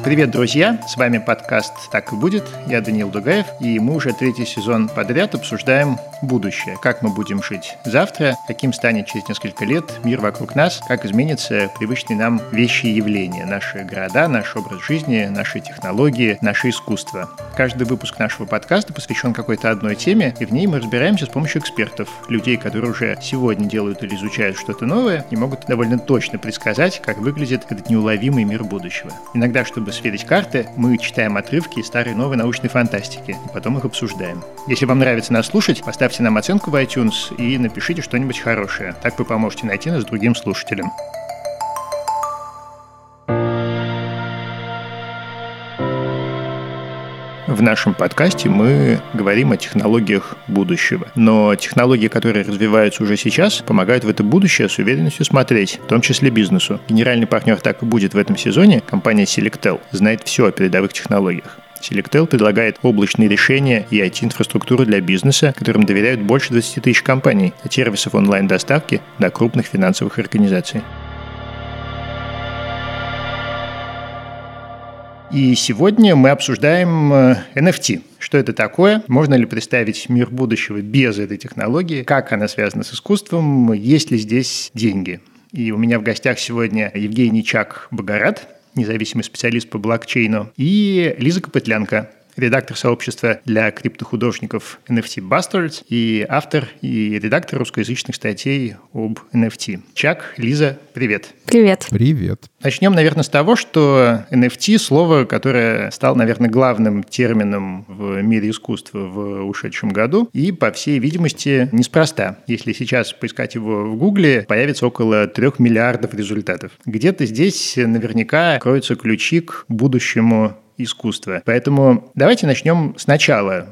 Привет, друзья! С вами подкаст «Так и будет». Я Даниил Дугаев, и мы уже 3-й сезон подряд обсуждаем будущее. Как мы будем жить завтра, каким станет через несколько лет мир вокруг нас, как изменятся привычные нам вещи и явления, наши города, наш образ жизни, наши технологии, наше искусство. Каждый выпуск нашего подкаста посвящен какой-то одной теме, и в ней мы разбираемся с помощью экспертов, людей, которые уже сегодня делают или изучают что-то новое и могут довольно точно предсказать, как выглядит этот неуловимый мир будущего. Иногда, чтобы сверить карты, мы читаем отрывки из старой и новой научной фантастики, и потом их обсуждаем. Если вам нравится нас слушать, поставьте нам оценку в iTunes и напишите что-нибудь хорошее. Так вы поможете найти нас другим слушателям. В нашем подкасте мы говорим о технологиях будущего. Но технологии, которые развиваются уже сейчас, помогают в это будущее с уверенностью смотреть, в том числе бизнесу. Генеральный партнер «Так и будет» в этом сезоне, компания Selectel, знает все о передовых технологиях. Selectel предлагает облачные решения и IT-инфраструктуру для бизнеса, которым доверяют больше 20 тысяч компаний, от сервисов онлайн-доставки до крупных финансовых организаций. И сегодня мы обсуждаем NFT. Что это такое? Можно ли представить мир будущего без этой технологии? Как она связана с искусством? Есть ли здесь деньги? И у меня в гостях сегодня Евгений Чак-Богорат, независимый специалист по блокчейну, и Лиза Копытлянка, редактор сообщества для криптохудожников NFT Bastards и автор и редактор русскоязычных статей об NFT. Чак, Лиза, привет. Привет. Привет. Начнем, наверное, с того, что NFT – слово, которое стало, наверное, главным термином в мире искусства в ушедшем году, и, по всей видимости, неспроста. Если сейчас поискать его в Гугле, появится около 3 миллиардов результатов. Где-то здесь наверняка кроются ключи к будущему искусства. Поэтому давайте начнем сначала.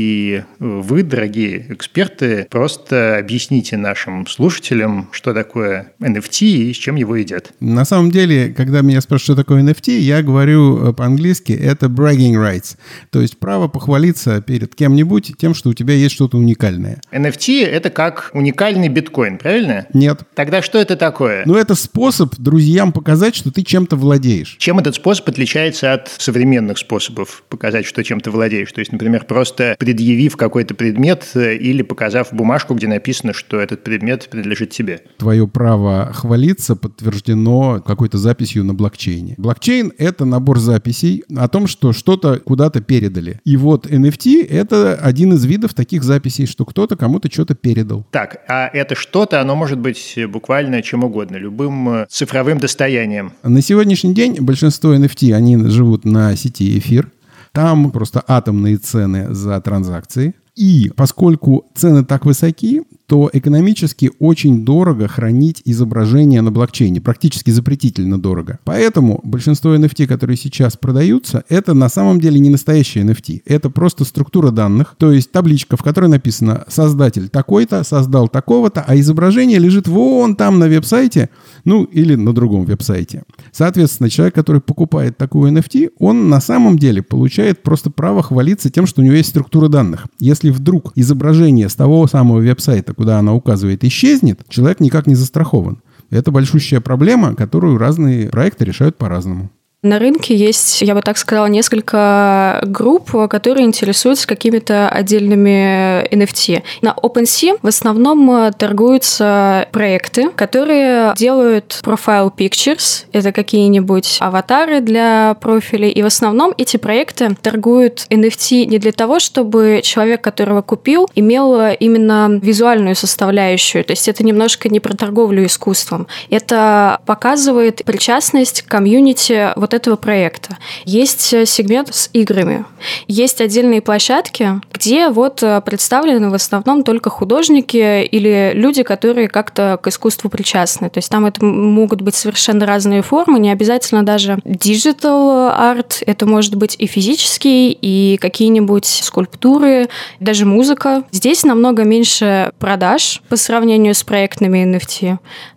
И вы, дорогие эксперты, просто объясните нашим слушателям, что такое NFT и с чем его едят. На самом деле, когда меня спрашивают, что такое NFT, я говорю по-английски, это bragging rights. То есть право похвалиться перед кем-нибудь тем, что у тебя есть что-то уникальное. NFT – это как уникальный биткоин, правильно? Нет. Тогда что это такое? Ну, это способ друзьям показать, что ты чем-то владеешь. Чем этот способ отличается от современных способов показать, что чем ты владеешь? То есть, например, просто предъявив какой-то предмет или показав бумажку, где написано, что этот предмет принадлежит тебе. Твое право хвалиться подтверждено какой-то записью на блокчейне. Блокчейн — это набор записей о том, что что-то куда-то передали. И вот NFT — это один из видов таких записей, что кто-то кому-то что-то передал. Так, а это что-то, оно может быть буквально чем угодно, любым цифровым достоянием. На сегодняшний день большинство NFT, они живут на сети эфир. Там просто атомные цены за транзакции. И поскольку цены так высоки, то экономически очень дорого хранить изображение на блокчейне. Практически запретительно дорого. Поэтому большинство NFT, которые сейчас продаются, это на самом деле не настоящие NFT. Это просто структура данных, то есть табличка, в которой написано «создатель такой-то, создал такого-то», а изображение лежит вон там на веб-сайте, ну или на другом веб-сайте. Соответственно, человек, который покупает такую NFT, он на самом деле получает просто право хвалиться тем, что у него есть структура данных. Если вдруг изображение с того самого веб-сайта, куда она указывает, исчезнет, человек никак не застрахован. Это большущая проблема, которую разные проекты решают по-разному. На рынке есть, я бы так сказала, несколько групп, которые интересуются какими-то отдельными NFT. На OpenSea в основном торгуются проекты, которые делают profile pictures. Это какие-нибудь аватары для профилей. И в основном эти проекты торгуют NFT не для того, чтобы человек, которого купил, имел именно визуальную составляющую. То есть это немножко не про торговлю искусством. Это показывает причастность к комьюнити вот этого проекта. Есть сегмент с играми. Есть отдельные площадки, где вот представлены в основном только художники или люди, которые как-то к искусству причастны. То есть там это могут быть совершенно разные формы, не обязательно даже digital art, это может быть и физический, и какие-нибудь скульптуры, даже музыка. Здесь намного меньше продаж по сравнению с проектными NFT,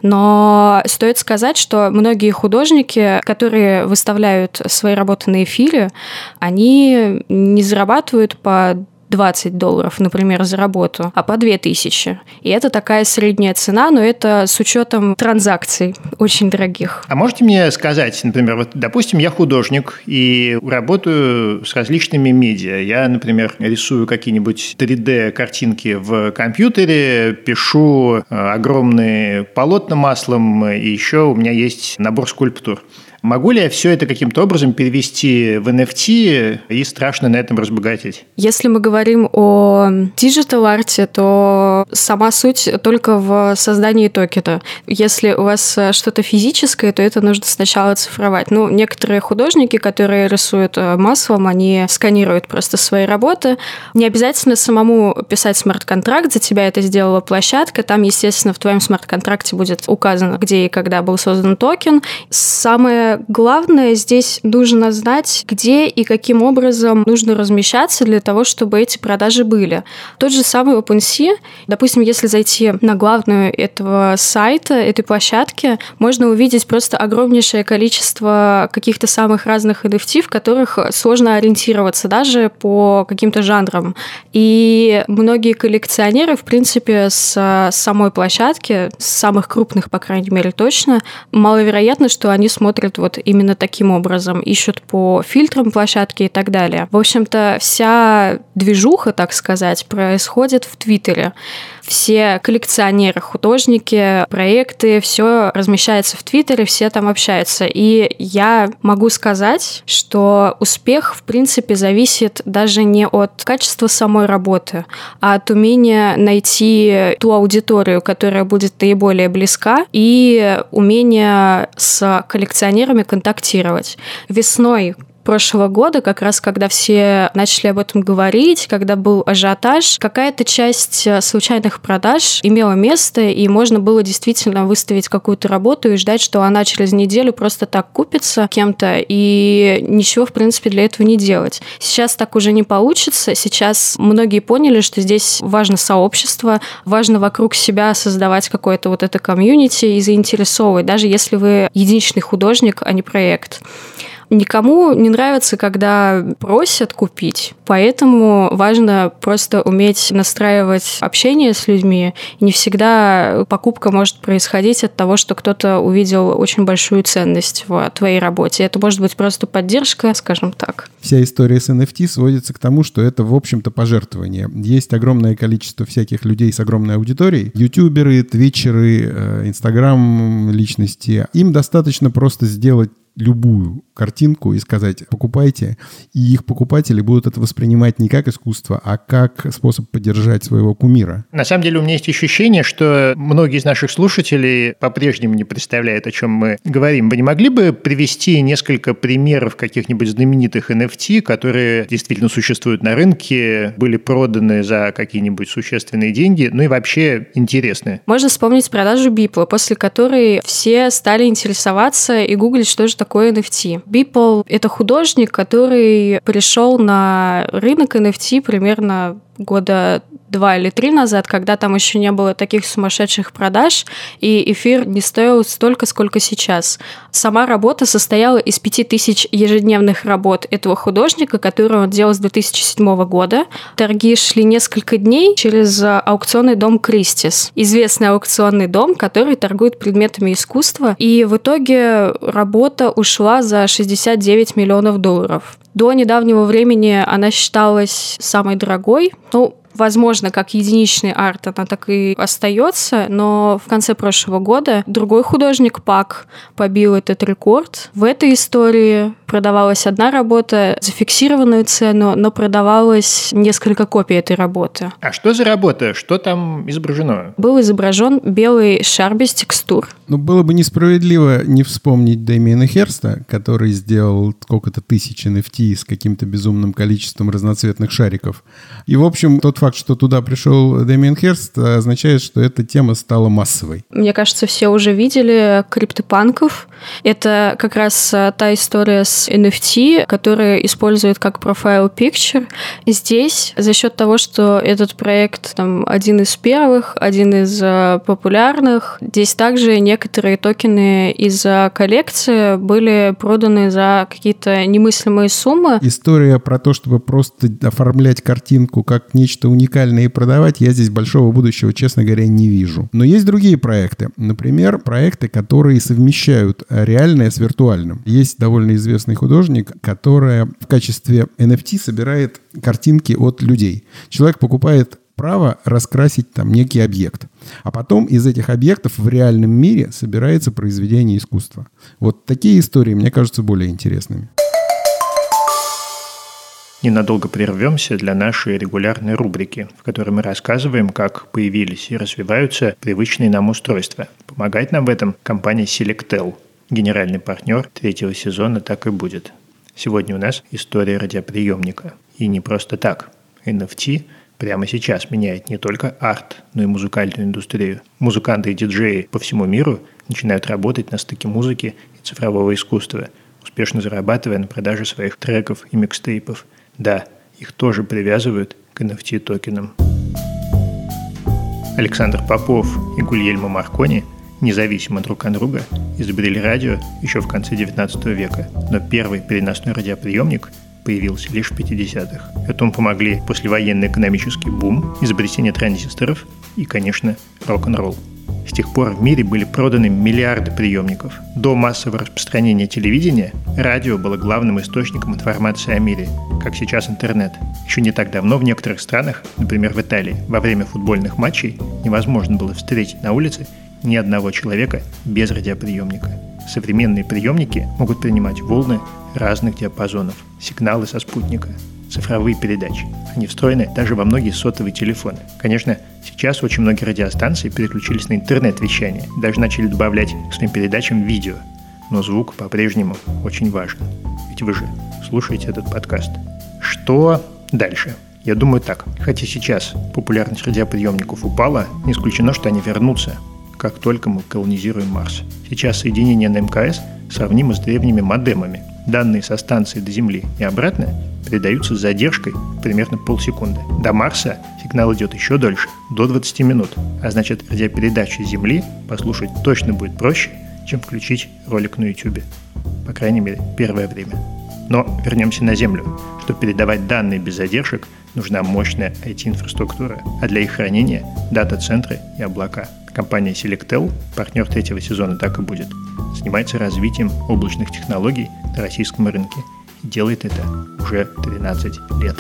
но стоит сказать, что многие художники, которые выставляют свои работы на эфире, они не зарабатывают по $20, например, за работу, а по 2000. И это такая средняя цена, но это с учетом транзакций очень дорогих. А можете мне сказать, например, вот, допустим, я художник и работаю с различными медиа. Я, например, рисую какие-нибудь 3D-картинки в компьютере, пишу огромные полотна маслом, и еще у меня есть набор скульптур. Могу ли я все это каким-то образом перевести в NFT и страшно на этом разбогатеть? Если мы говорим о диджитал-арте, то сама суть только в создании токена. Если у вас что-то физическое, то это нужно сначала цифровать. Некоторые художники, которые рисуют маслом, они сканируют просто свои работы. Не обязательно самому писать смарт-контракт, за тебя это сделала площадка. Там, естественно, в твоем смарт-контракте будет указано, где и когда был создан токен. Самое главное, здесь нужно знать, где и каким образом нужно размещаться для того, чтобы эти продажи были. Тот же самый OpenSea, допустим, если зайти на главную этого сайта, этой площадки, можно увидеть просто огромнейшее количество каких-то самых разных NFT, в которых сложно ориентироваться даже по каким-то жанрам. И многие коллекционеры, в принципе, с самой площадки, с самых крупных, по крайней мере, точно, маловероятно, что они смотрят вот именно таким образом, ищут по фильтрам площадки и так далее. В общем-то, вся движуха, так сказать, происходит в Твиттере. Все коллекционеры, художники, проекты, все размещается в Твиттере, все там общаются. И я могу сказать, что успех, в принципе, зависит даже не от качества самой работы, а от умения найти ту аудиторию, которая будет наиболее близка, и умения с коллекционерами контактировать. Весной прошлого года, как раз когда все начали об этом говорить, когда был ажиотаж, какая-то часть случайных продаж имела место, и можно было действительно выставить какую-то работу и ждать, что она через неделю просто так купится кем-то, и ничего, в принципе, для этого не делать. Сейчас так уже не получится. Сейчас многие поняли, что здесь важно сообщество, важно вокруг себя создавать какое-то вот это комьюнити и заинтересовывать, даже если вы единичный художник, а не проект. Никому не нравится, когда просят купить, поэтому важно просто уметь настраивать общение с людьми. И не всегда покупка может происходить от того, что кто-то увидел очень большую ценность в твоей работе. Это может быть просто поддержка, скажем так. Вся история с NFT сводится к тому, что это, в общем-то, пожертвование. Есть огромное количество всяких людей с огромной аудиторией. Ютуберы, твитчеры, инстаграм-личности. Им достаточно просто сделать любую картинку и сказать «покупайте», и их покупатели будут это воспринимать не как искусство, а как способ поддержать своего кумира. На самом деле у меня есть ощущение, что многие из наших слушателей по-прежнему не представляют, о чем мы говорим. Вы не могли бы привести несколько примеров каких-нибудь знаменитых NFT, которые действительно существуют на рынке, были проданы за какие-нибудь существенные деньги, ну и вообще интересны? Можно вспомнить продажу Beeple, после которой все стали интересоваться и гуглить, что же такое NFT. Beeple — это художник, который пришел на рынок NFT примерно года 2 или 3 назад, когда там еще не было таких сумасшедших продаж, и эфир не стоил столько, сколько сейчас. Сама работа состояла из 5000 ежедневных работ этого художника, которые он делал с 2007 года. Торги шли несколько дней через аукционный дом Кристис. Известный аукционный дом, который торгует предметами искусства. И в итоге работа ушла за $69 миллионов. До недавнего времени она считалась самой дорогой. Возможно, как единичный арт она так и остается, но в конце прошлого года другой художник, Пак, побил этот рекорд. В этой истории продавалась одна работа за фиксированную цену, но продавалось несколько копий этой работы. А что за работа? Что там изображено? Был изображен белый шар без текстур. Было бы несправедливо не вспомнить Дэмиена Херста, который сделал сколько-то тысяч NFT с каким-то безумным количеством разноцветных шариков. И, в общем, тот факт, что туда пришел Дэмиен Херст, означает, что эта тема стала массовой. Мне кажется, все уже видели криптопанков. Это как раз та история с с NFT, которые используют как profile picture. И здесь за счет того, что этот проект один из первых, один из популярных, здесь также некоторые токены из коллекции были проданы за какие-то немыслимые суммы. История про то, чтобы просто оформлять картинку как нечто уникальное и продавать, я здесь большого будущего, честно говоря, не вижу. Но есть другие проекты. Например, проекты, которые совмещают реальное с виртуальным. Есть довольно известный художник, который в качестве NFT собирает картинки от людей. Человек покупает право раскрасить некий объект. А потом из этих объектов в реальном мире собирается произведение искусства. Вот такие истории, мне кажутся более интересными. Ненадолго прервемся для нашей регулярной рубрики, в которой мы рассказываем, как появились и развиваются привычные нам устройства. Помогает нам в этом компания Selectel, генеральный партнер 3-го сезона «Так и будет». Сегодня у нас история радиоприемника. И не просто так. NFT прямо сейчас меняет не только арт, но и музыкальную индустрию. Музыканты и диджеи по всему миру начинают работать на стыке музыки и цифрового искусства, успешно зарабатывая на продаже своих треков и микстейпов. Да, их тоже привязывают к NFT-токенам. Александр Попов и Гульельмо Маркони независимо друг от друга изобрели радио еще в конце XIX века, но первый переносной радиоприемник появился лишь в 50-х. Этому помогли послевоенный экономический бум, изобретение транзисторов и, конечно, рок-н-ролл. С тех пор в мире были проданы миллиарды приемников. До массового распространения телевидения радио было главным источником информации о мире, как сейчас интернет. Еще не так давно в некоторых странах, например в Италии, во время футбольных матчей невозможно было встретить на улице ни одного человека без радиоприемника. Современные приемники могут принимать волны разных диапазонов, сигналы со спутника, цифровые передачи. Они встроены даже во многие сотовые телефоны. Конечно, сейчас очень многие радиостанции переключились на интернет-вещание, даже начали добавлять к своим передачам видео. Но звук по-прежнему очень важен. Ведь вы же слушаете этот подкаст. Что дальше? Я думаю так. Хотя сейчас популярность радиоприемников упала, не исключено, что они вернутся, как только мы колонизируем Марс. Сейчас соединение на МКС сравнимо с древними модемами. Данные со станции до Земли и обратно передаются с задержкой примерно полсекунды. До Марса сигнал идет еще дольше, до 20 минут. А значит, радиопередачу с Земли послушать точно будет проще, чем включить ролик на YouTube. По крайней мере, первое время. Но вернемся на Землю. Чтобы передавать данные без задержек, нужна мощная IT-инфраструктура, а для их хранения – дата-центры и облака. Компания Selectel, партнер 3-го сезона «Так и будет», занимается развитием облачных технологий на российском рынке и делает это уже 13 лет.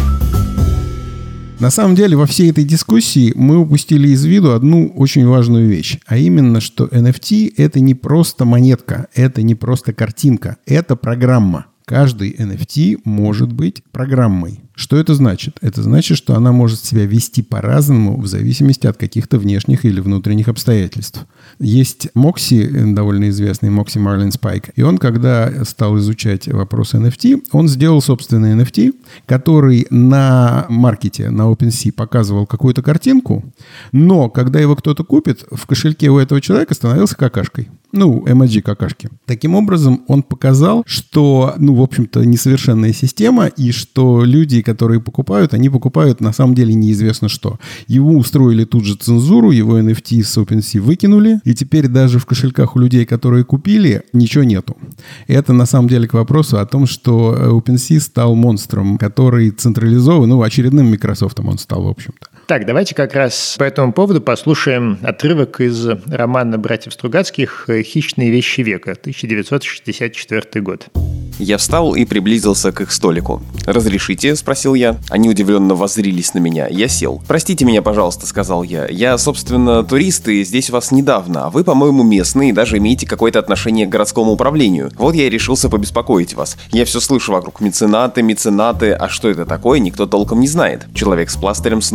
На самом деле, во всей этой дискуссии мы упустили из виду одну очень важную вещь, а именно, что NFT – это не просто монетка, это не просто картинка, это программа. Каждый NFT может быть программой. Что это значит? Это значит, что она может себя вести по-разному в зависимости от каких-то внешних или внутренних обстоятельств. Есть Мокси, довольно известный Мокси Марлин Спайк, и он, когда стал изучать вопросы NFT, он сделал собственный NFT, который на маркете, на OpenSea показывал какую-то картинку, но когда его кто-то купит, в кошельке у этого человека становился какашкой. Эмоджи какашки. Таким образом, он показал, что, в общем-то, несовершенная система, и что люди, которые покупают, они покупают на самом деле неизвестно что. Его устроили тут же цензуру, его NFT с OpenSea выкинули, и теперь даже в кошельках у людей, которые купили, ничего нету. Это на самом деле к вопросу о том, что OpenSea стал монстром, который централизован, очередным Microsoft он стал, в общем-то. Так, давайте как раз по этому поводу послушаем отрывок из романа братьев Стругацких «Хищные вещи века», 1964 год. Я встал и приблизился к их столику. «Разрешите?» – спросил я. Они удивленно воззрились на меня. Я сел. «Простите меня, пожалуйста», – сказал я. «Я, собственно, турист и здесь у вас недавно, а вы, по-моему, местные и даже имеете какое-то отношение к городскому управлению. Вот я и решился побеспокоить вас. Я все слышу вокруг меценаты, а что это такое, никто толком не знает». Человек с пластырем снова дернул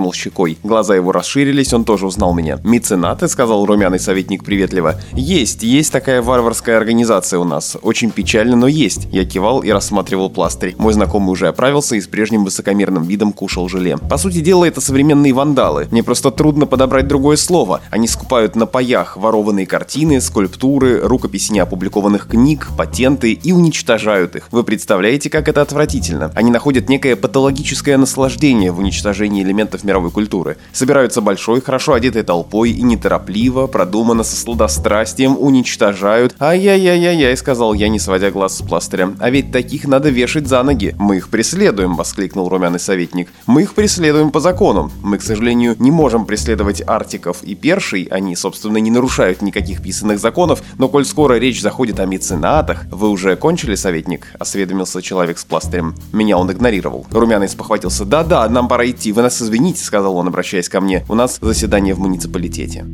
дернул щекой. Глаза его расширились, он тоже узнал меня. «Меценаты?» — сказал румяный советник приветливо. Есть такая варварская организация у нас. Очень печально, но есть». Я кивал и рассматривал пластырь. Мой знакомый уже оправился и с прежним высокомерным видом кушал желе. По сути дела, это современные вандалы. Мне просто трудно подобрать другое слово. Они скупают на паях ворованные картины, скульптуры, рукописи неопубликованных книг, патенты и уничтожают их. Вы представляете, как это отвратительно? Они находят некое патологическое наслаждение в уничтожении элементов мировой культуры. Собираются большой, хорошо одетой толпой и неторопливо, продуманно, со сладострастием уничтожают. «Ай-яй-яй-яй-яй», — сказал я, не сводя глаз с пластыря. «А ведь таких надо вешать за ноги». «Мы их преследуем», — воскликнул румяный советник. «Мы их преследуем по закону. Мы, к сожалению, не можем преследовать артиков и першей. Они, собственно, не нарушают никаких писанных законов. Но коль скоро речь заходит о меценатах...» «Вы уже кончили, советник?» — осведомился человек с пластырем. Меня он игнорировал. Румяный спохватился. «Да, нам пора идти. Вы нас извините», — сказал он, обращаясь ко мне. «У нас заседание в муниципалитете».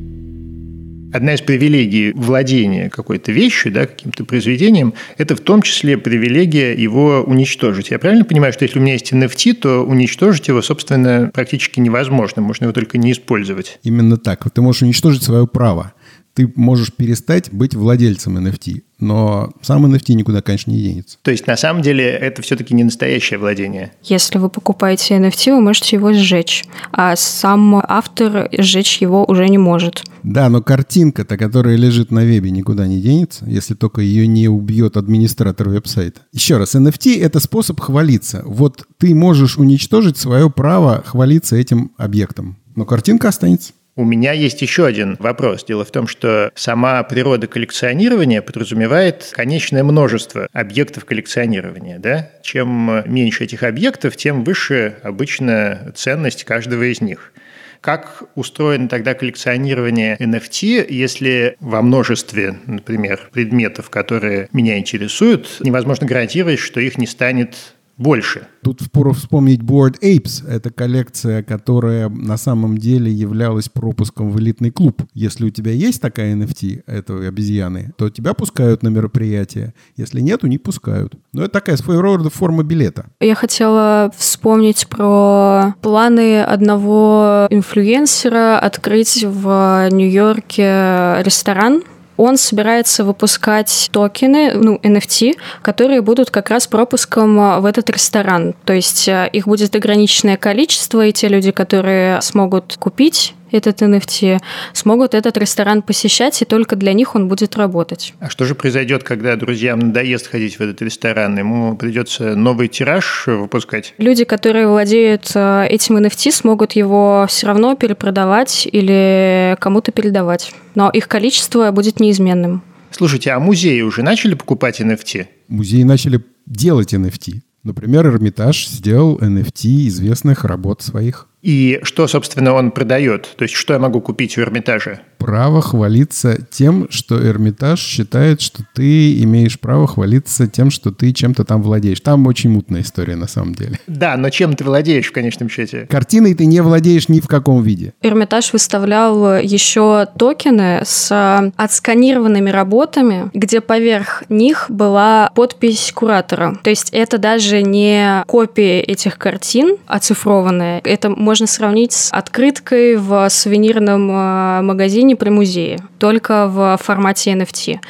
Одна из привилегий владения какой-то вещью, да, каким-то произведением, это в том числе привилегия его уничтожить. Я правильно понимаю, что если у меня есть NFT, то уничтожить его, собственно, практически невозможно, можно его только не использовать? Именно так. Ты можешь уничтожить свое право. Ты можешь перестать быть владельцем NFT, но сам NFT никуда, конечно, не денется. То есть, на самом деле, это все-таки не настоящее владение? Если вы покупаете NFT, вы можете его сжечь, а сам автор сжечь его уже не может. Да, но картинка-то, которая лежит на вебе, никуда не денется, если только ее не убьет администратор веб-сайта. Еще раз, NFT — это способ хвалиться. Вот ты можешь уничтожить свое право хвалиться этим объектом, но картинка останется. У меня есть еще один вопрос. Дело в том, что сама природа коллекционирования подразумевает конечное множество объектов коллекционирования. Да? Чем меньше этих объектов, тем выше обычно ценность каждого из них. Как устроено тогда коллекционирование NFT, если во множестве, например, предметов, которые меня интересуют, невозможно гарантировать, что их не станет больше? Тут впору вспомнить Bored Apes. Это коллекция, которая на самом деле являлась пропуском в элитный клуб. Если у тебя есть такая NFT, этой обезьяны, то тебя пускают на мероприятие. Если нету, не пускают. Но это такая своего рода форма билета. Я хотела вспомнить про планы одного инфлюенсера открыть в Нью-Йорке ресторан. Он собирается выпускать токены, NFT, которые будут как раз пропуском в этот ресторан. То есть их будет ограниченное количество, и те люди, которые смогут купить этот NFT, смогут этот ресторан посещать, и только для них он будет работать. А что же произойдет, когда друзьям надоест ходить в этот ресторан? Ему придется новый тираж выпускать? Люди, которые владеют этим NFT, смогут его все равно перепродавать или кому-то передавать. Но их количество будет неизменным. Слушайте, а музеи уже начали покупать NFT? Музеи начали делать NFT. Например, Эрмитаж сделал NFT известных работ своих. И что, собственно, он продает? То есть, что я могу купить у Эрмитажа? Право хвалиться тем, что Эрмитаж считает, что ты имеешь право хвалиться тем, что ты чем-то там владеешь. Там очень мутная история на самом деле. Да, но чем ты владеешь в конечном счете? Картиной ты не владеешь ни в каком виде. Эрмитаж выставлял еще токены с отсканированными работами, где поверх них была подпись куратора. То есть это даже не копии этих картин оцифрованные. Это можно сравнить с открыткой в сувенирном магазине при музее, только в формате NFT.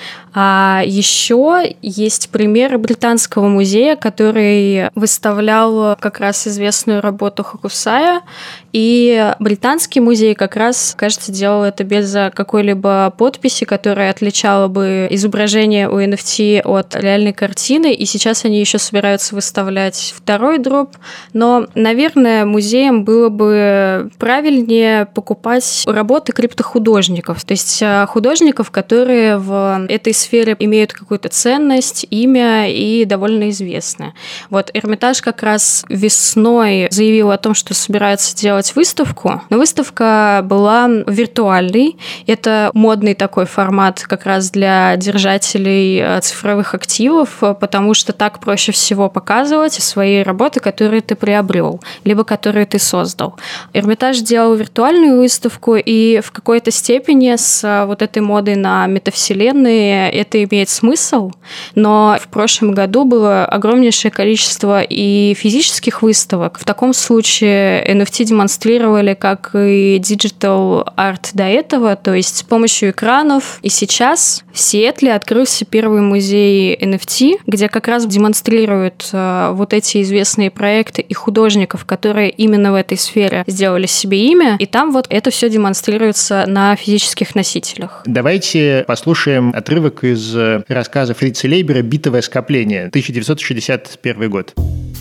А еще есть пример британского музея, который выставлял как раз известную работу Хокусая, и британский музей как раз, кажется, делал это без какой-либо подписи, которая отличала бы изображение у NFT от реальной картины, и сейчас они еще собираются выставлять второй дроп, но, наверное, музеям было бы правильнее покупать работы криптохудожников, то есть художников, которые в этой сфере имеют какую-то ценность, имя и довольно известны. Вот Эрмитаж как раз весной заявил о том, что собирается делать выставку, но выставка была виртуальной. Это модный такой формат как раз для держателей цифровых активов, потому что так проще всего показывать свои работы, которые ты приобрел, либо которые ты создал. Эрмитаж делал виртуальную выставку, и в какой-то степени с вот этой модой на метавселенные это имеет смысл, но в прошлом году было огромнейшее количество и физических выставок. В таком случае NFT демонстрировали как и digital art до этого, то есть с помощью экранов. И сейчас в Сиэтле открылся первый музей NFT, где как раз демонстрируют вот эти известные проекты и художников, которые именно в этой сфере сделали себе имя. И там вот это все демонстрируется на физических носителях. Давайте послушаем отрывок из рассказа Фрица Лейбера «Битовое скопление», 1961 год.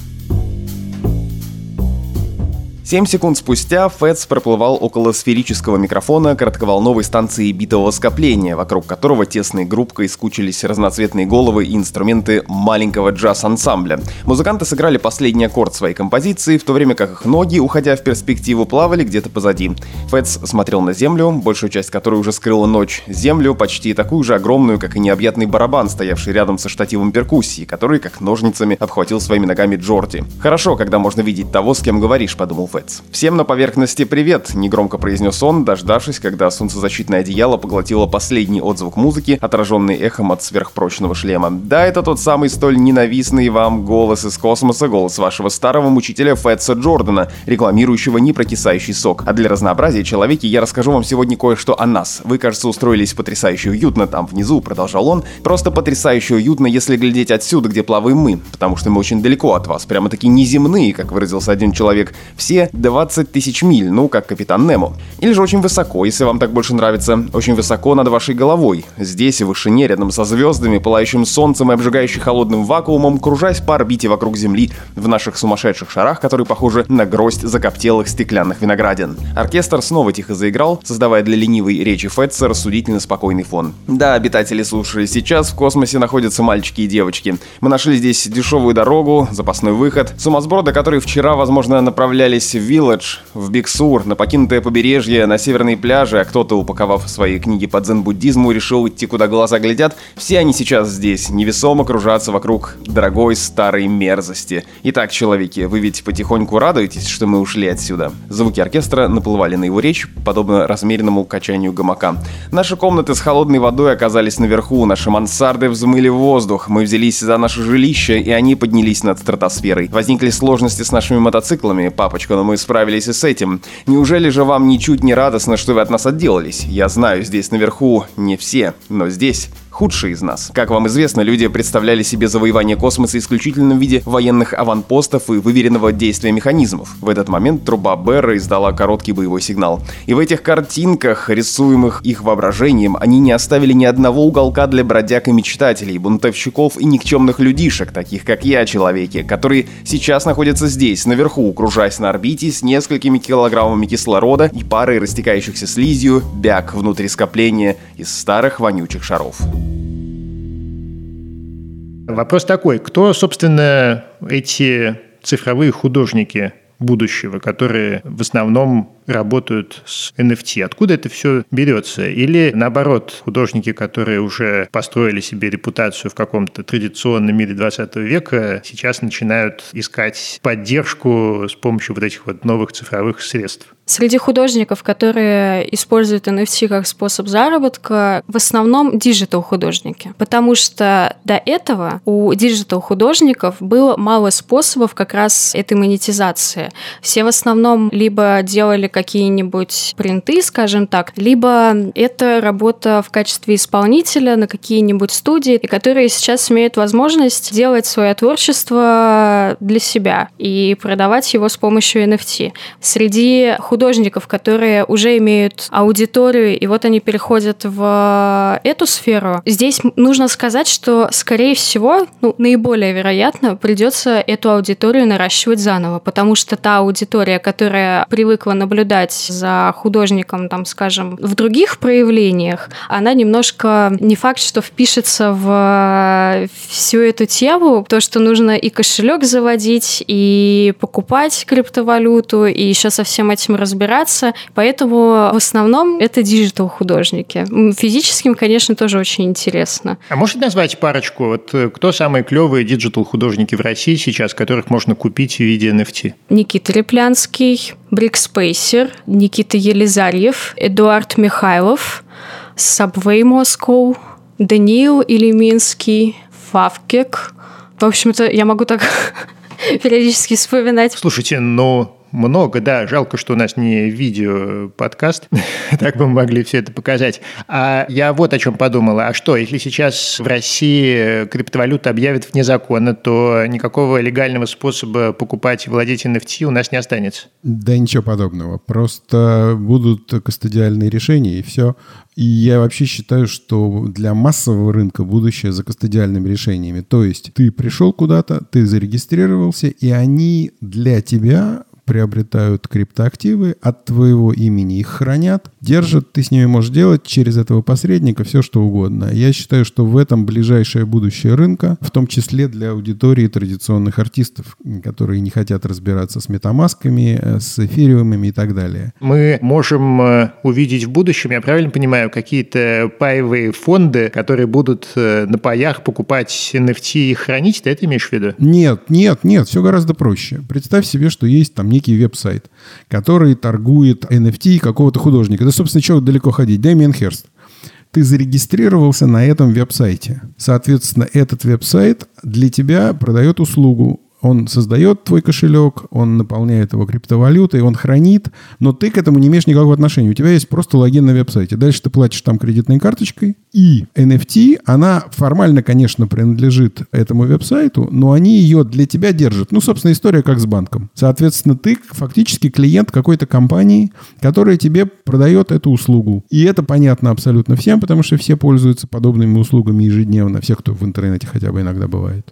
7 секунд спустя Фэтс проплывал около сферического микрофона коротковолновой станции битового скопления, вокруг которого тесной группкой скучились разноцветные головы и инструменты маленького джаз-ансамбля. Музыканты сыграли последний аккорд своей композиции, в то время как их ноги, уходя в перспективу, плавали где-то позади. Фэтс смотрел на землю, большую часть которой уже скрыла ночь. Землю, почти такую же огромную, как и необъятный барабан, стоявший рядом со штативом перкуссии, который, как ножницами, обхватил своими ногами Джорди. «Хорошо, когда можно видеть того, с кем говоришь», — подумал Фэтс. «Всем на поверхности привет», — негромко произнес он, дождавшись, когда солнцезащитное одеяло поглотило последний отзвук музыки, отраженный эхом от сверхпрочного шлема. «Да, это тот самый столь ненавистный вам голос из космоса, голос вашего старого мучителя Фэтса Джордана, рекламирующего непрокисающий сок. А для разнообразия, человеки, я расскажу вам сегодня кое-что о нас. Вы, кажется, устроились потрясающе уютно там внизу», — продолжал он. «Просто потрясающе уютно, если глядеть отсюда, где плаваем мы, потому что мы очень далеко от вас, прямо-таки неземные, как выразился один человек. Все 20 тысяч миль, ну, как капитан Немо. Или же очень высоко, если вам так больше нравится. Очень высоко над вашей головой. Здесь, в вышине, рядом со звездами, пылающим солнцем и обжигающим холодным вакуумом, кружась по орбите вокруг Земли в наших сумасшедших шарах, которые похожи на гроздь закоптелых стеклянных виноградин». Оркестр снова тихо заиграл, создавая для ленивой речи Фэтса рассудительно спокойный фон. «Да, обитатели суши, сейчас в космосе находятся мальчики и девочки. Мы нашли здесь дешевую дорогу, запасной выход. Сумасброды, которые вчера, возможно, направлялись в Вилледж, в Биг-Сур, на покинутое побережье, на северные пляжи, а кто-то, упаковав свои книги по дзен-буддизму, решил идти, куда глаза глядят. Все они сейчас здесь, невесомо кружатся вокруг дорогой старой мерзости. Итак, человеки, вы ведь потихоньку радуетесь, что мы ушли отсюда?» Звуки оркестра наплывали на его речь, подобно размеренному качанию гамака. «Наши комнаты с холодной водой оказались наверху, наши мансарды взмыли в воздух, мы взялись за наше жилище, и они поднялись над стратосферой. Возникли сложности с нашими мотоциклами, папочка, но мы справились и с этим. Неужели же вам ничуть не радостно, что вы от нас отделались? Я знаю, здесь наверху не все, но здесь худшие из нас. Как вам известно, люди представляли себе завоевание космоса исключительно в виде военных аванпостов и выверенного действия механизмов. В этот момент труба Берра издала короткий боевой сигнал. И в этих картинках, рисуемых их воображением, они не оставили ни одного уголка для бродяг и мечтателей, бунтовщиков и никчемных людишек, таких как я, человеки, которые сейчас находятся здесь, наверху, кружась на орбите с несколькими килограммами кислорода и парой растекающихся слизью бяг внутри скопления из старых вонючих шаров. Вопрос такой, кто, собственно, эти цифровые художники будущего, которые в основном работают с NFT. Откуда это все берется? Или, наоборот, художники, которые уже построили себе репутацию в каком-то традиционном мире 20 века, сейчас начинают искать поддержку с помощью вот этих вот новых цифровых средств? Среди художников, которые используют NFT как способ заработка, в основном диджитал-художники. Потому что до этого у диджитал-художников было мало способов как раз этой монетизации. Все в основном либо делали какие-нибудь принты, скажем так, либо это работа в качестве исполнителя на какие-нибудь студии, и которые сейчас имеют возможность делать свое творчество для себя и продавать его с помощью NFT. Среди художников, которые уже имеют аудиторию, и вот они переходят в эту сферу, здесь нужно сказать, что, скорее всего, наиболее вероятно, придется эту аудиторию наращивать заново, потому что та аудитория, которая привыкла наблюдать за художником, там, скажем, в других проявлениях, она немножко не факт, что впишется в всю эту тему, то, что нужно и кошелек заводить, и покупать криптовалюту, и еще со всем этим разбираться. Поэтому в основном это диджитал-художники. Физическим, конечно, тоже очень интересно. А можете назвать парочку? Вот кто самые клевые диджитал-художники в России сейчас, которых можно купить в виде NFT? Никита Реплянский, Брикспейсер, Никита Елизарьев, Эдуард Михайлов, Subway Moscow, Даниил Ильинский, Фавкек. В общем-то, я могу так периодически вспоминать. Слушайте, много, да. Жалко, что у нас не видео-подкаст. Так бы мы могли все это показать. А я вот о чем подумала. А что, если сейчас в России криптовалюту объявят вне закона, то никакого легального способа покупать и владеть NFT у нас не останется? Да ничего подобного. Просто будут кастодиальные решения, и все. И я вообще считаю, что для массового рынка будущее за кастодиальными решениями. То есть ты пришел куда-то, ты зарегистрировался, и они для тебя приобретают криптоактивы, от твоего имени их хранят, держат, ты с ними можешь делать через этого посредника все, что угодно. Я считаю, что в этом ближайшее будущее рынка, в том числе для аудитории традиционных артистов, которые не хотят разбираться с метамасками, с эфириумами и так далее. Мы можем увидеть в будущем, я правильно понимаю, какие-то паевые фонды, которые будут на паях покупать NFT и хранить? Ты это имеешь в виду? Нет, все гораздо проще. Представь себе, что есть там некий веб-сайт, который торгует NFT какого-то художника. Да, собственно, чего далеко ходить? Дэмиан Херст. Ты зарегистрировался на этом веб-сайте. Соответственно, этот веб-сайт для тебя продает услугу. Он создает твой кошелек, он наполняет его криптовалютой, он хранит, но ты к этому не имеешь никакого отношения. У тебя есть просто логин на веб-сайте. Дальше ты платишь там кредитной карточкой. И NFT, она формально, конечно, принадлежит этому веб-сайту, но они ее для тебя держат. Собственно, история как с банком. Соответственно, ты фактически клиент какой-то компании, которая тебе продает эту услугу. И это понятно абсолютно всем, потому что все пользуются подобными услугами ежедневно. Все, кто в интернете хотя бы иногда бывает.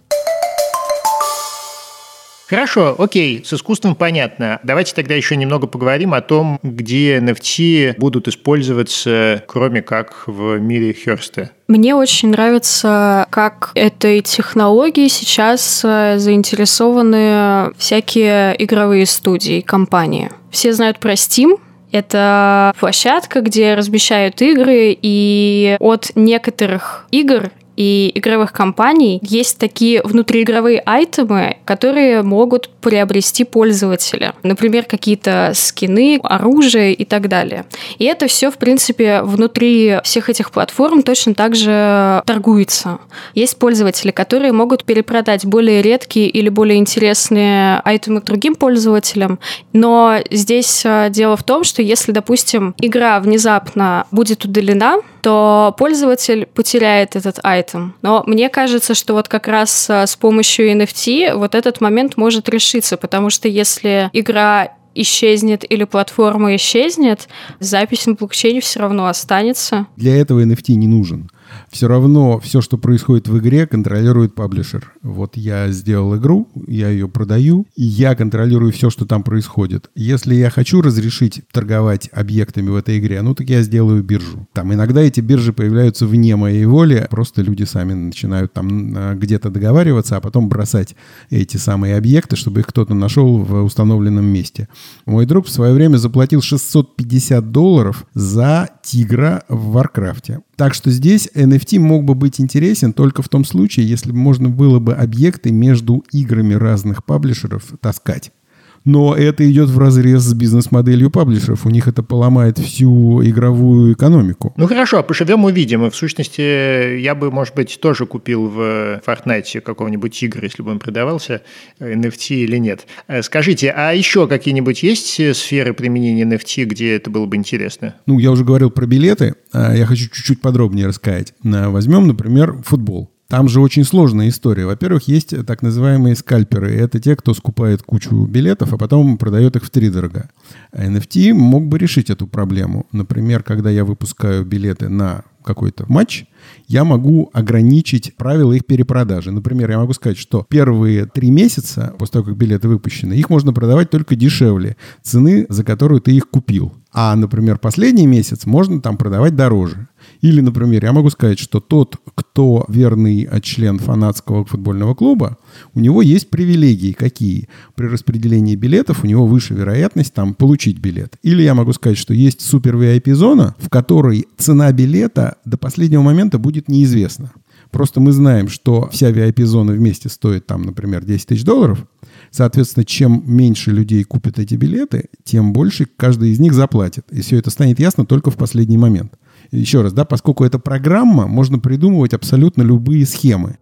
Хорошо, окей, с искусством понятно. Давайте тогда еще немного поговорим о том, где NFT будут использоваться, кроме как в мире Херста. Мне очень нравится, как этой технологией сейчас заинтересованы всякие игровые студии, компании. Все знают про Steam. Это площадка, где размещают игры, и от некоторых игр и игровых компаний есть такие внутриигровые айтемы, которые могут приобрести пользователи. Например, какие-то скины, оружие и так далее. И это все, в принципе, внутри всех этих платформ точно так же торгуется. Есть пользователи, которые могут перепродать более редкие или более интересные айтемы другим пользователям. Но здесь дело в том, что если, допустим, игра внезапно будет удалена, то пользователь потеряет этот айтем. Но мне кажется, что вот как раз с помощью NFT вот этот момент может решиться, потому что если игра исчезнет или платформа исчезнет, запись на блокчейне все равно останется. Для этого NFT не нужен. Все равно все, что происходит в игре, контролирует паблишер. Вот я сделал игру, я ее продаю, и я контролирую все, что там происходит. Если я хочу разрешить торговать объектами в этой игре, так я сделаю биржу. Там иногда эти биржи появляются вне моей воли, просто люди сами начинают там где-то договариваться, а потом бросать эти самые объекты, чтобы их кто-то нашел в установленном месте. Мой друг в свое время заплатил $650 за тигра в Варкрафте. Так что здесь NFT мог бы быть интересен только в том случае, если бы можно было бы объекты между играми разных паблишеров таскать. Но это идет вразрез с бизнес-моделью паблишеров. У них это поломает всю игровую экономику. Хорошо, поживем, увидим. И в сущности, я бы, может быть, тоже купил в Fortnite какого-нибудь тигра, если бы он продавался, NFT или нет. Скажите, а еще какие-нибудь есть сферы применения NFT, где это было бы интересно? Я уже говорил про билеты. Я хочу чуть-чуть подробнее рассказать. Возьмем, например, футбол. Там же очень сложная история. Во-первых, есть так называемые скальперы. Это те, кто скупает кучу билетов, а потом продает их втридорога. А NFT мог бы решить эту проблему. Например, когда я выпускаю билеты на какой-то матч, я могу ограничить правила их перепродажи. Например, я могу сказать, что первые 3 месяца, после того, как билеты выпущены, их можно продавать только дешевле цены, за которую ты их купил. А, например, последний месяц можно там продавать дороже. Или, например, я могу сказать, что тот, кто верный член фанатского футбольного клуба, у него есть привилегии. Какие? При распределении билетов у него выше вероятность там получить билет. Или я могу сказать, что есть супер VIP-зона, в которой цена билета до последнего момента будет неизвестна. Просто мы знаем, что вся VIP-зона вместе стоит там, например, $10 000. Соответственно, чем меньше людей купят эти билеты, тем больше каждый из них заплатит. И все это станет ясно только в последний момент. Еще раз, да, поскольку это программа, можно придумывать абсолютно любые схемы.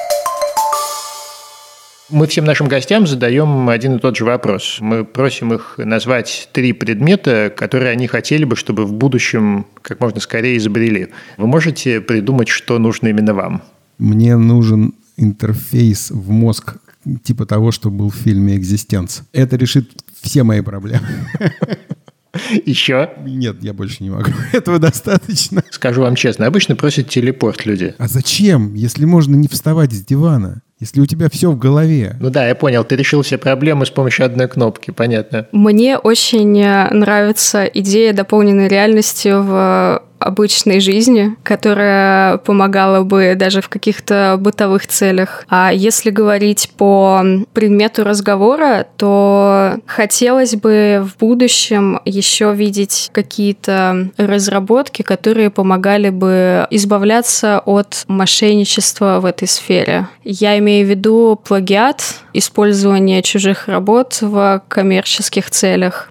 Мы всем нашим гостям задаем один и тот же вопрос. Мы просим их назвать 3 предмета, которые они хотели бы, чтобы в будущем как можно скорее изобрели. Вы можете придумать, что нужно именно вам? Мне нужен интерфейс в мозг типа того, что был в фильме «Экзистенц». Это решит все мои проблемы. Еще? Нет, я больше не могу. Этого достаточно. Скажу вам честно, обычно просят телепорт люди. А зачем, если можно не вставать с дивана? Если у тебя все в голове. Ну да, я понял, ты решил все проблемы с помощью одной кнопки, понятно. Мне очень нравится идея дополненной реальности в обычной жизни, которая помогала бы даже в каких-то бытовых целях. А если говорить по предмету разговора, то хотелось бы в будущем еще видеть какие-то разработки, которые помогали бы избавляться от мошенничества в этой сфере. Я имею в виду плагиат, использование чужих работ в коммерческих целях.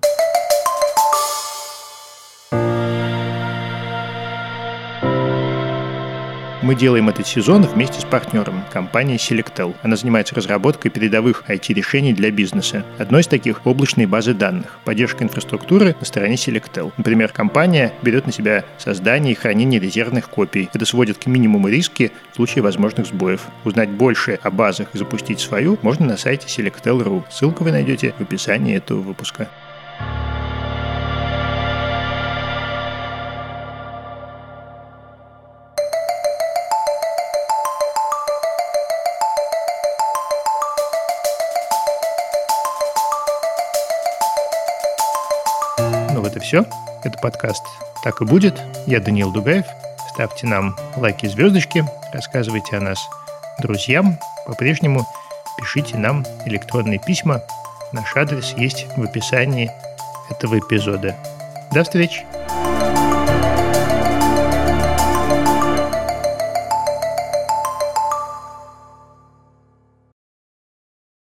Мы делаем этот сезон вместе с партнером, компанией Selectel. Она занимается разработкой передовых IT-решений для бизнеса. Одной из таких – облачные базы данных, поддержка инфраструктуры на стороне Selectel. Например, компания берет на себя создание и хранение резервных копий. Это сводит к минимуму риски в случае возможных сбоев. Узнать больше о базах и запустить свою можно на сайте Selectel.ru. Ссылку вы найдете в описании этого выпуска. Это все. Это подкаст «Так и будет». Я Даниил Дугаев. Ставьте нам лайки и звездочки. Рассказывайте о нас друзьям. По-прежнему пишите нам электронные письма. Наш адрес есть в описании этого эпизода. До встречи!